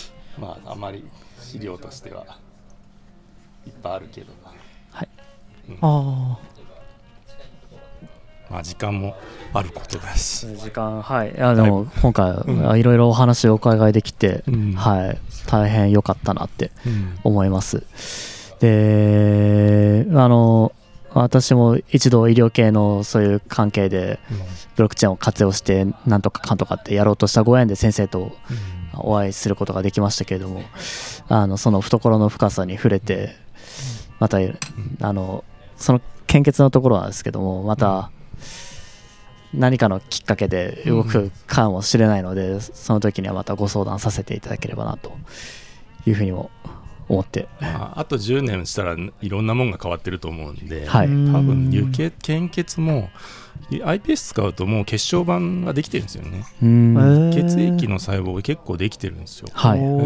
まああまり資料としてはいっぱいあるけど。うん、あまあ時間もあることだし時間はいいやでも今回いろいろお話をお伺いできて、うん、はい大変良かったなって思います、うん、であの私も一度医療系のそういう関係でブロックチェーンを活用してなんとかかんとかってやろうとしたご縁で先生とお会いすることができましたけれども、あのその懐の深さに触れてまたあのその献血のところなんですけども、また何かのきっかけで動くかもしれないので、うん、その時にはまたご相談させていただければなというふうにも思って、 まあ、あとじゅうねんしたらいろんなものが変わってると思うんで、はい、多分輸血献血も アイピーエス 使うともう血小板ができてるんですよね。うん血液の細胞が結構できてるんですよ、はいうん、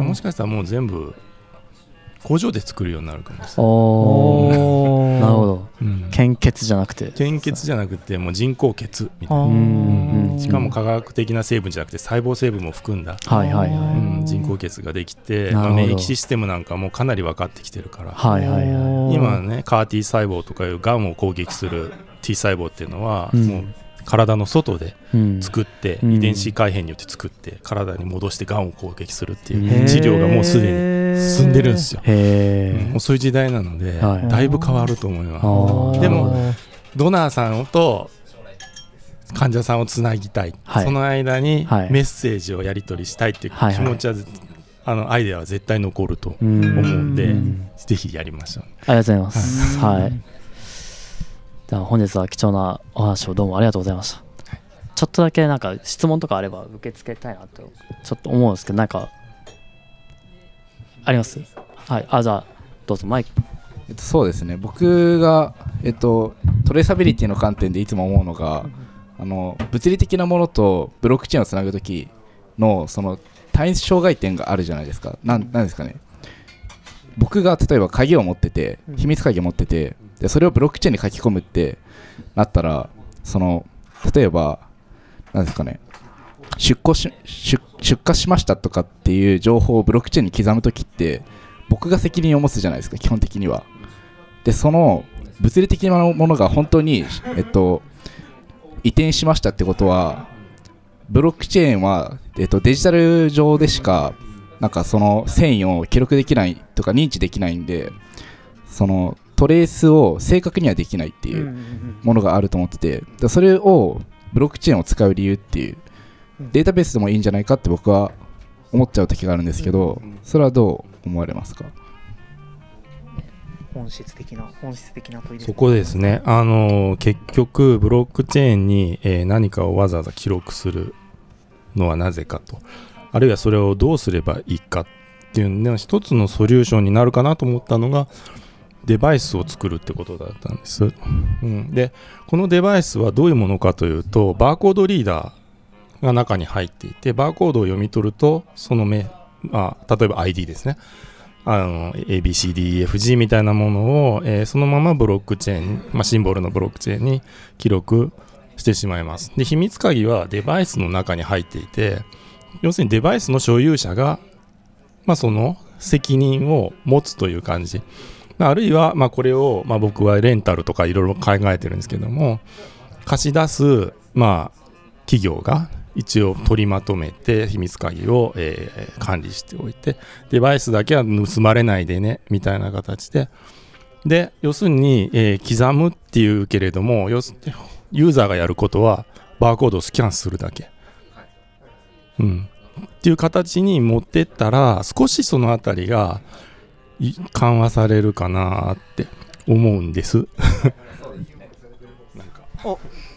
もしかしたらもう全部工場で作るようになるかもしれない。 おなるほど、うん、献血じゃなくて献血じゃなくてもう人工血みたいな、うんうん、しかも科学的な成分じゃなくて細胞成分も含んだ、はいはいはいうん、人工血ができて、まあ、免疫システムなんかもかなり分かってきてるから、はいはいはい、今ね カー T 細胞とかいうがんを攻撃する T 細胞っていうのは、うん、もう体の外で作って、うん、遺伝子改変によって作って体に戻してがんを攻撃するっていう治療がもうすでに進んでるんですよ。へー、うん、もうそういう時代なので、はい、だいぶ変わると思います。でもドナーさんと患者さんをつなぎたい、はい、その間にメッセージをやり取りしたいっていう気持ちは、はいはい、あのアイデアは絶対残ると思うんで、ぜひやりましょう。 ありがとうございます、はいはい、では本日は貴重なお話をどうもありがとうございました。ちょっとだけなんか質問とかあれば受け付けたいなとちょっと思うんですけど、なんかあります？はい、あじゃあどうぞマイク。 えっと、そうですね、僕が、えっと、トレーサビリティの観点でいつも思うのが、あの物理的なものとブロックチェーンをつなぐときのその単一障害点があるじゃないですか。な ん, なんですかね、僕が例えば鍵を持ってて秘密鍵を持っててでそれをブロックチェーンに書き込むってなったら、その例えばなんですかね、出庫し出出荷しましたとかっていう情報をブロックチェーンに刻むときって僕が責任を持つじゃないですか、基本的には。でその物理的なものが本当に、えっと、移転しましたってことはブロックチェーンは、えっと、デジタル上でしかなんかその遷移を記録できないとか認知できないんで、そのトレースを正確にはできないっていうものがあると思ってて、でそれをブロックチェーンを使う理由っていうデータベースでもいいんじゃないかって僕は思っちゃう時があるんですけど、それはどう思われますか？ 本質的な本質的な問いです。 そこですね。あの結局ブロックチェーンに、えー、何かをわざわざ記録するのはなぜかと、あるいはそれをどうすればいいかっていうの一つのソリューションになるかなと思ったのがデバイスを作るってことだったんです、うん、でこのデバイスはどういうものかというと、バーコードリーダーが中に入っていて、バーコードを読み取るとその目、まあ、例えば アイディー ですね、あの エービーシーディーイーエフジー みたいなものを、えー、そのままブロックチェーン、まあ、シンボルのブロックチェーンに記録してしまいます。で秘密鍵はデバイスの中に入っていて、要するにデバイスの所有者が、まあ、その責任を持つという感じ、あるいはまあこれを、まあ、僕はレンタルとかいろいろ考えてるんですけども、貸し出す、まあ、企業が一応取りまとめて秘密鍵を、えー、管理しておいて、デバイスだけは盗まれないでねみたいな形で、で要するに、えー、刻むっていうけれども、要するにユーザーがやることはバーコードをスキャンするだけ、うん、っていう形に持ってったら少しそのあたりが緩和されるかなって思うんですなんかお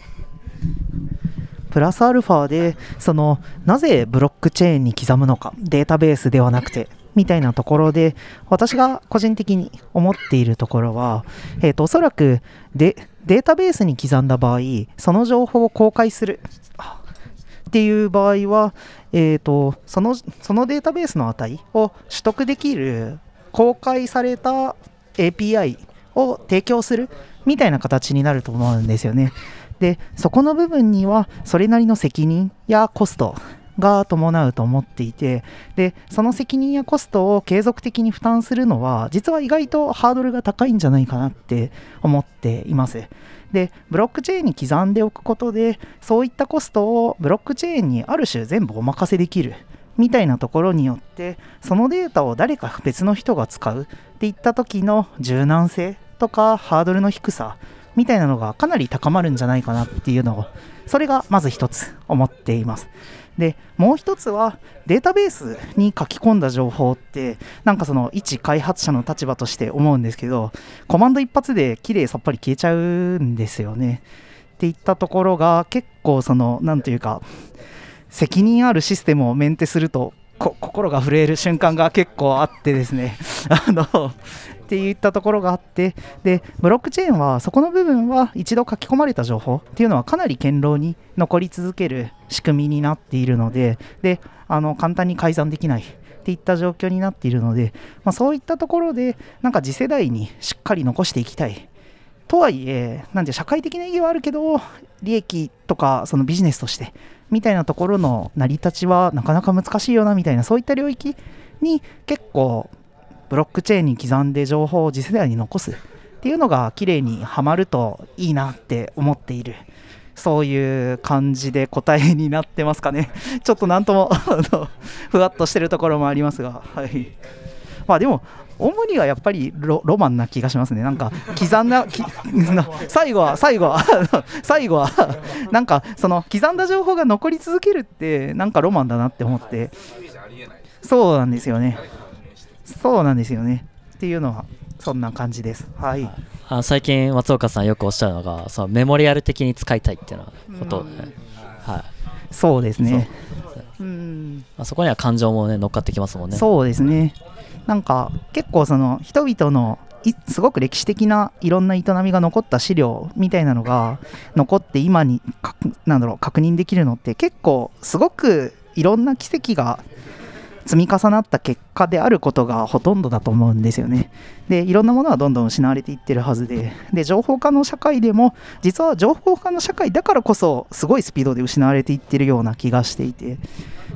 プラスアルファでそのなぜブロックチェーンに刻むのか、データベースではなくてみたいなところで、私が個人的に思っているところは、えーと、おそらくデ、データベースに刻んだ場合、その情報を公開するっていう場合は、えーと、その、そのデータベースの値を取得できる公開された エーピーアイ を提供するみたいな形になると思うんですよね。で、そこの部分にはそれなりの責任やコストが伴うと思っていて、でその責任やコストを継続的に負担するのは実は意外とハードルが高いんじゃないかなって思っています。でブロックチェーンに刻んでおくことで、そういったコストをブロックチェーンにある種全部お任せできるみたいなところによって、そのデータを誰か別の人が使うっていった時の柔軟性とかハードルの低さみたいなのがかなり高まるんじゃないかなっていうのを、それがまず一つ思っています。でもう一つはデータベースに書き込んだ情報って、なんかその一開発者の立場として思うんですけど、コマンド一発で綺麗さっぱり消えちゃうんですよねっていったところが、結構そのなんというか責任あるシステムをメンテするとこ心が震える瞬間が結構あってですねあのっていったところがあって、でブロックチェーンはそこの部分は一度書き込まれた情報っていうのはかなり堅牢に残り続ける仕組みになっているので、であの簡単に改ざんできないっていった状況になっているので、まあ、そういったところでなんか次世代にしっかり残していきたいとはいえ、なんで社会的な意義はあるけど利益とかそのビジネスとしてみたいなところの成り立ちはなかなか難しいよなみたいな、そういった領域に結構ブロックチェーンに刻んで情報を次世代に残すっていうのが綺麗にはまるといいなって思っている、そういう感じで答えになってますかね。ちょっとなんともふわっとしてるところもありますが、はい。まあでも主にはやっぱり ロ, ロマンな気がしますね。なんか刻んだき最後は最後は最後はなんかその刻んだ情報が残り続けるってなんかロマンだなって思って、そうなんですよねそうなんですよねっていうのはそんな感じです。はい。 あ最近松岡さんよくおっしゃるのが、そのメモリアル的に使いたいっていうのことを、ね、はい、 そうですね。 そう、うんまあ、そこには感情もね乗っかってきますもんね。 そうですね。なんか結構その人々のすごく歴史的ないろんな営みが残った資料みたいなのが残って今になんだろう確認できるのって結構すごくいろんな奇跡が積み重なった結果であることがほとんどだと思うんですよね。でいろんなものはどんどん失われていってるはずで、で情報化の社会でも実は情報化の社会だからこそすごいスピードで失われていってるような気がしていて、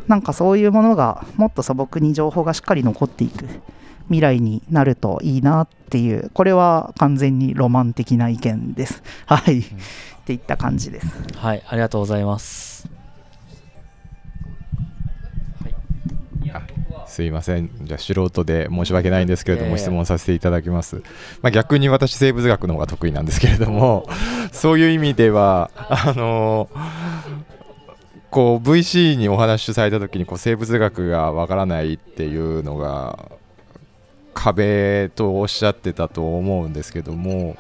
なんかそういうものがもっと素朴に情報がしっかり残っていく未来になるといいなっていう、これは完全にロマン的な意見です。はい、うん、っていった感じです。 はい、ありがとうございます。 すいません、じゃあ素人で申し訳ないんですけれども、質問させていただきます。まあ、逆に私生物学の方が得意なんですけれども、そういう意味ではあのこう ブイシー にお話しされた時にこう生物学がわからないっていうのが壁とおっしゃってたと思うんですけども、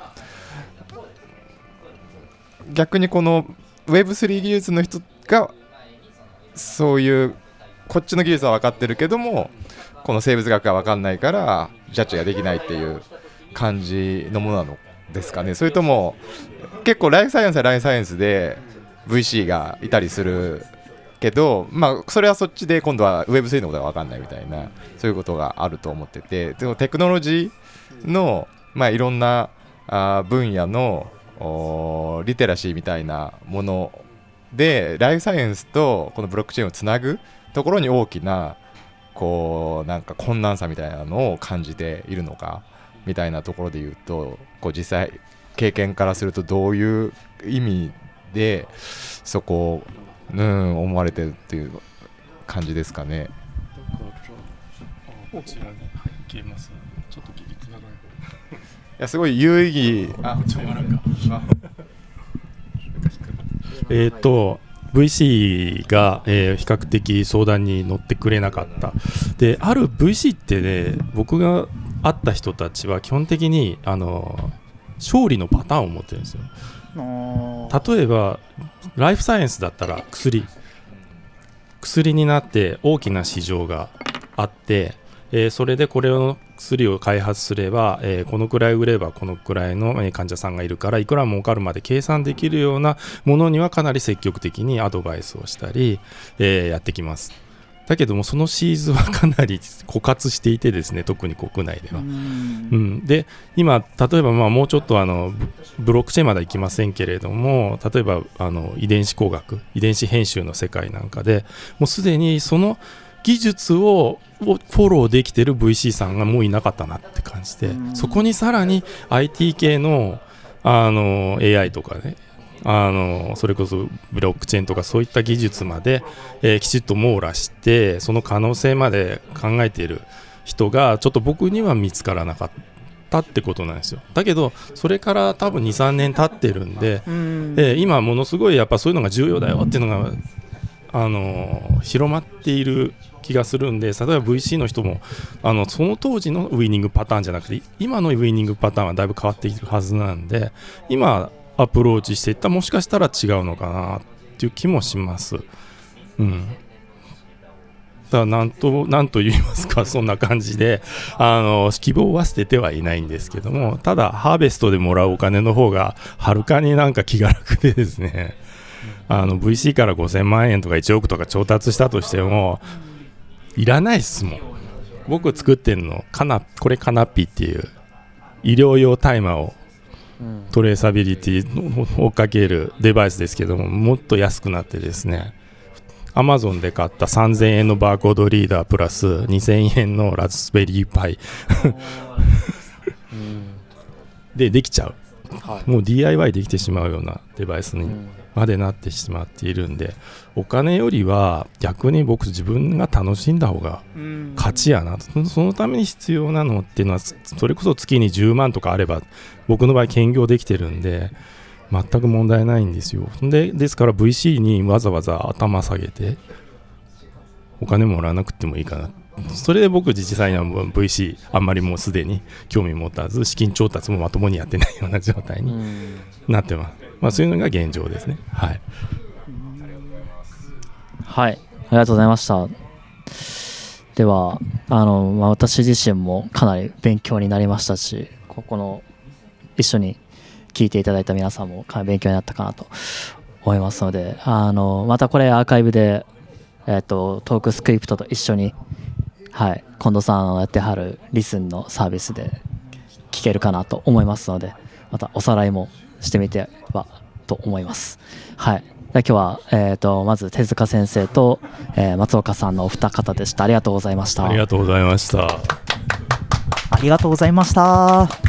逆にこの ウェブスリー 技術の人がそういうこっちの技術は分かってるけどもこの生物学が分かんないからジャッジができないっていう感じのものなのですかね。それとも結構ライフサイエンスはライフサイエンスで ブイシー がいたりするけど、まあそれはそっちで今度は ウェブスリー のことが分かんないみたいな、そういうことがあると思ってて、でもテクノロジーの、まあ、いろんなあ分野のリテラシーみたいなものでライフサイエンスとこのブロックチェーンをつなぐところに大きなこうなんか困難さみたいなのを感じているのかみたいなところで言うと、こう実際経験からするとどういう意味でそこを、うん、思われてるっていう感じですかね。 こちらに消えます。ちょっと切りつながる。 いやすごい有意義。 あ、ちょっとなんか。えっと。ブイシー が、えー、比較的相談に乗ってくれなかったで、ある ブイシー ってね、僕が会った人たちは基本的にあの勝利のパターンを持ってるんですよ。例えばライフサイエンスだったら薬薬になって大きな市場があって、えー、それでこれを薬を開発すれば、えー、このくらい売ればこのくらいの患者さんがいるからいくら儲かるまで計算できるようなものにはかなり積極的にアドバイスをしたり、えー、やってきます。だけどもそのシーズンはかなり枯渇していてですね、特に国内では。うん、で今例えばまあもうちょっとあのブロックチェーンまではいきませんけれども、例えばあの遺伝子工学、遺伝子編集の世界なんかでもうすでにその技術をフォローできてる ブイシー さんがもういなかったなって感じで、そこにさらに アイティー 系の、あの エーアイ とかね、あのそれこそブロックチェーンとかそういった技術まで、えー、きちっと網羅してその可能性まで考えている人がちょっと僕には見つからなかったってことなんですよ。だけどそれから多分 にさんねん経ってるんで、えー、今ものすごいやっぱそういうのが重要だよっていうのがあの広まっている気がするんで、例えば ブイシー の人もあのその当時のウイニングパターンじゃなくて今のウイニングパターンはだいぶ変わっているはずなんで、今アプローチしていったらもしかしたら違うのかなっていう気もします。うん、だからなんとなんと言いますか、そんな感じであの希望は捨ててはいないんですけども、ただハーベストでもらうお金の方がはるかになんか気が楽でですね、あの ブイシー からごせんまんえんとかいちおくとか調達したとしてもいらないっすもん。僕作ってるのカナこれカナッピっていう医療用大麻をトレーサビリティを追っかけるデバイスですけども、もっと安くなってですね、アマゾンで買ったさんぜんえんのバーコードリーダープラスにせんえんのラズベリーパイでできちゃう、はい、もう ディーアイワイ できてしまうようなデバイスにまでなってしまっているんで、お金よりは逆に僕自分が楽しんだ方が勝ちやなと。そのために必要なのっていうのはそれこそ月にじゅうまんとかあれば僕の場合兼業できてるんで全く問題ないんですよ。で、ですから ブイシー にわざわざ頭下げてお金もらわなくてもいいかな。それで僕実際には ブイシー あんまりもうすでに興味持たず資金調達もまともにやってないような状態になってます。まあそういうのが現状ですね。はい。 はい、ありがとうございました。ではあの、まあ、私自身もかなり勉強になりましたし、ここの一緒に聞いていただいた皆さんもかなり勉強になったかなと思いますので、あのまたこれアーカイブで、えーと、トークスクリプトと一緒に、はい、近藤さんがやってはるリスンのサービスで聞けるかなと思いますので、またおさらいもしてみてはと思います。はい、 今日は、えー、とまず手塚先生と、えー、松岡さんのお二方でした。ありがとうございました。 ありがとうございました。 ありがとうございました。